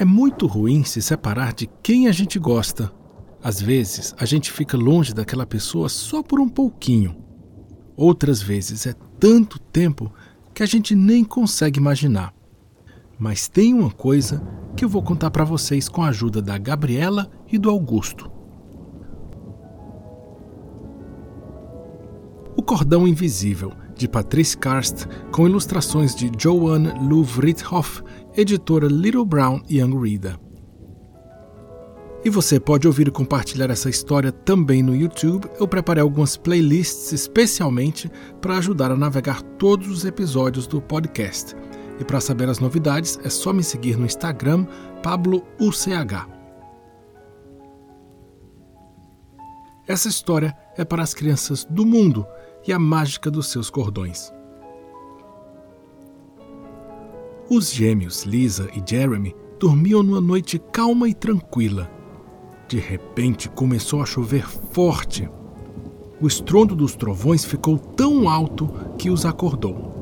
É muito ruim se separar de quem a gente gosta. Às vezes, a gente fica longe daquela pessoa só por um pouquinho. Outras vezes é tanto tempo que a gente nem consegue imaginar. Mas tem uma coisa que eu vou contar para vocês com a ajuda da Gabriela e do Augusto. O Cordão Invisível, de Patrice Karst, com ilustrações de Joanne Lou Vrithoff, editora Little Brown Young Reader. E você pode ouvir e compartilhar essa história também no YouTube. Eu preparei algumas playlists especialmente para ajudar a navegar todos os episódios do podcast. E para saber as novidades, é só me seguir no Instagram, PabloUCH. Essa história é para as crianças do mundo e a mágica dos seus cordões. Os gêmeos Lisa e Jeremy dormiam numa noite calma e tranquila. De repente começou a chover forte. O estrondo dos trovões ficou tão alto que os acordou.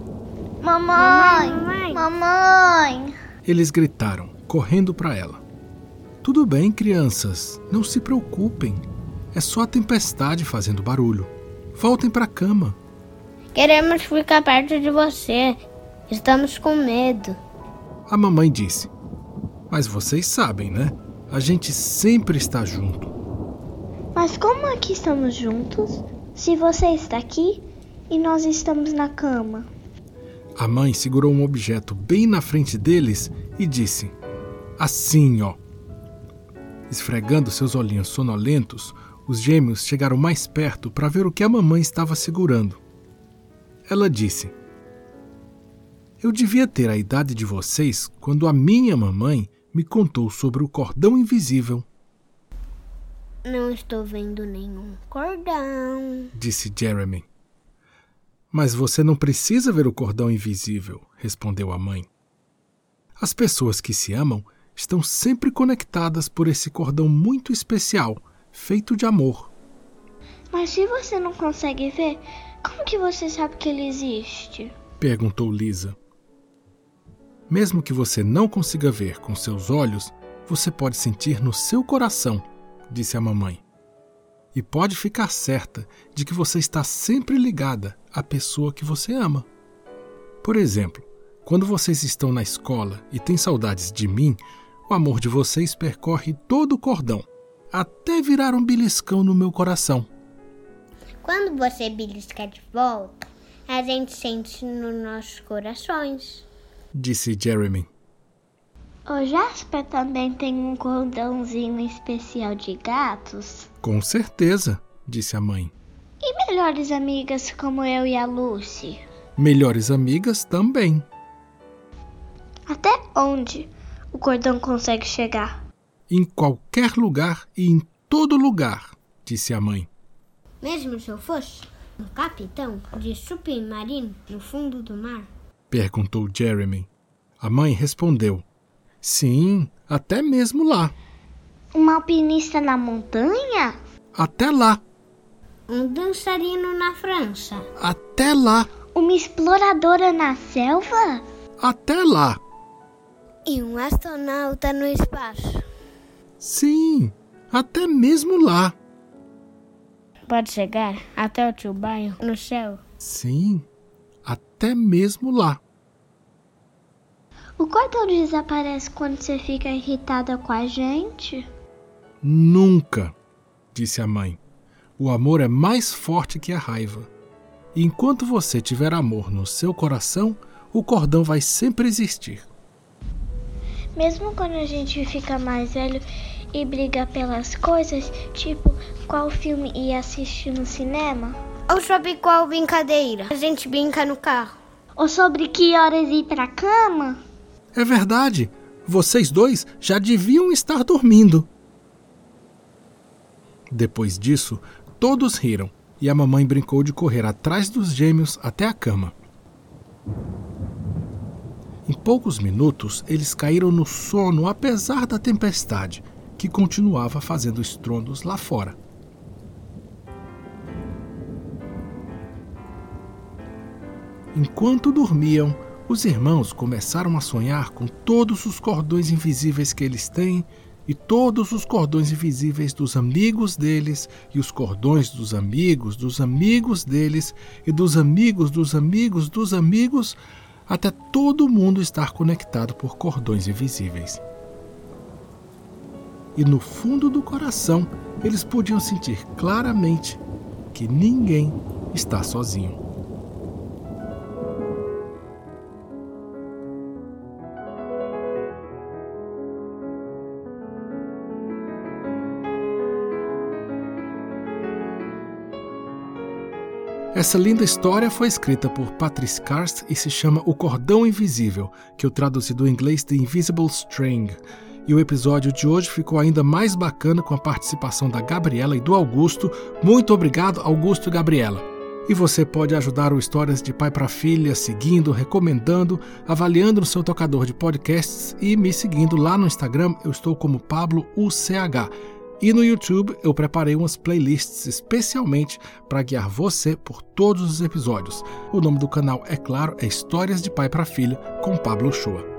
Mamãe! Mamãe! Eles gritaram, correndo para ela. Tudo bem, crianças, não se preocupem. É só a tempestade fazendo barulho. Voltem para a cama. Queremos ficar perto de você. Estamos com medo. A mamãe disse. Mas vocês sabem, né? A gente sempre está junto. Mas como é que estamos juntos, se você está aqui e nós estamos na cama? A mãe segurou um objeto bem na frente deles e disse, assim, ó. Esfregando seus olhinhos sonolentos, os gêmeos chegaram mais perto para ver o que a mamãe estava segurando. Ela disse, eu devia ter a idade de vocês quando a minha mamãe me contou sobre o cordão invisível. Não estou vendo nenhum cordão, disse Jeremy. Mas você não precisa ver o cordão invisível, respondeu a mãe. As pessoas que se amam estão sempre conectadas por esse cordão muito especial, feito de amor. Mas se você não consegue ver, como que você sabe que ele existe? Perguntou Lisa. Mesmo que você não consiga ver com seus olhos, você pode sentir no seu coração, disse a mamãe. E pode ficar certa de que você está sempre ligada à pessoa que você ama. Por exemplo, quando vocês estão na escola e têm saudades de mim, o amor de vocês percorre todo o cordão, até virar um beliscão no meu coração. Quando você belisca de volta, a gente sente nos nossos corações, disse Jeremy. O Jasper também tem um cordãozinho especial de gatos? Com certeza, disse a mãe. E melhores amigas como eu e a Lucy? Melhores amigas também. Até onde o cordão consegue chegar? Em qualquer lugar e em todo lugar, disse a mãe. Mesmo se eu fosse um capitão de submarino no fundo do mar? Perguntou Jeremy. A mãe respondeu. Sim, até mesmo lá. Um alpinista na montanha? Até lá. Um dançarino na França? Até lá. Uma exploradora na selva? Até lá. E um astronauta no espaço? Sim, até mesmo lá. Pode chegar até o tio Baio no céu? Sim, até mesmo lá. O cordão desaparece quando você fica irritada com a gente? Nunca, disse a mãe. O amor é mais forte que a raiva. E enquanto você tiver amor no seu coração, o cordão vai sempre existir. Mesmo quando a gente fica mais velho e briga pelas coisas, tipo qual filme ia assistir no cinema? Ou sobre qual brincadeira a gente brinca no carro? Ou sobre que horas ir pra cama? É verdade, vocês dois já deviam estar dormindo. Depois disso, todos riram e a mamãe brincou de correr atrás dos gêmeos até a cama. Em poucos minutos, eles caíram no sono apesar da tempestade, que continuava fazendo estrondos lá fora. Enquanto dormiam, Os irmãos começaram a sonhar com todos os cordões invisíveis que eles têm e todos os cordões invisíveis dos amigos deles e os cordões dos amigos deles e dos amigos dos amigos dos amigos, até todo mundo estar conectado por cordões invisíveis. E no fundo do coração, eles podiam sentir claramente que ninguém está sozinho. Essa linda história foi escrita por Patrice Karst e se chama O Cordão Invisível, que eu traduzi do inglês The Invisible String. E o episódio de hoje ficou ainda mais bacana com a participação da Gabriela e do Augusto. Muito obrigado, Augusto e Gabriela. E você pode ajudar o Histórias de Pai para Filha seguindo, recomendando, avaliando no seu tocador de podcasts e me seguindo lá no Instagram. Eu estou como Pablo UCH. E no YouTube eu preparei umas playlists especialmente para guiar você por todos os episódios. O nome do canal, é claro, é Histórias de Pai para Filha com Pablo Uchoa.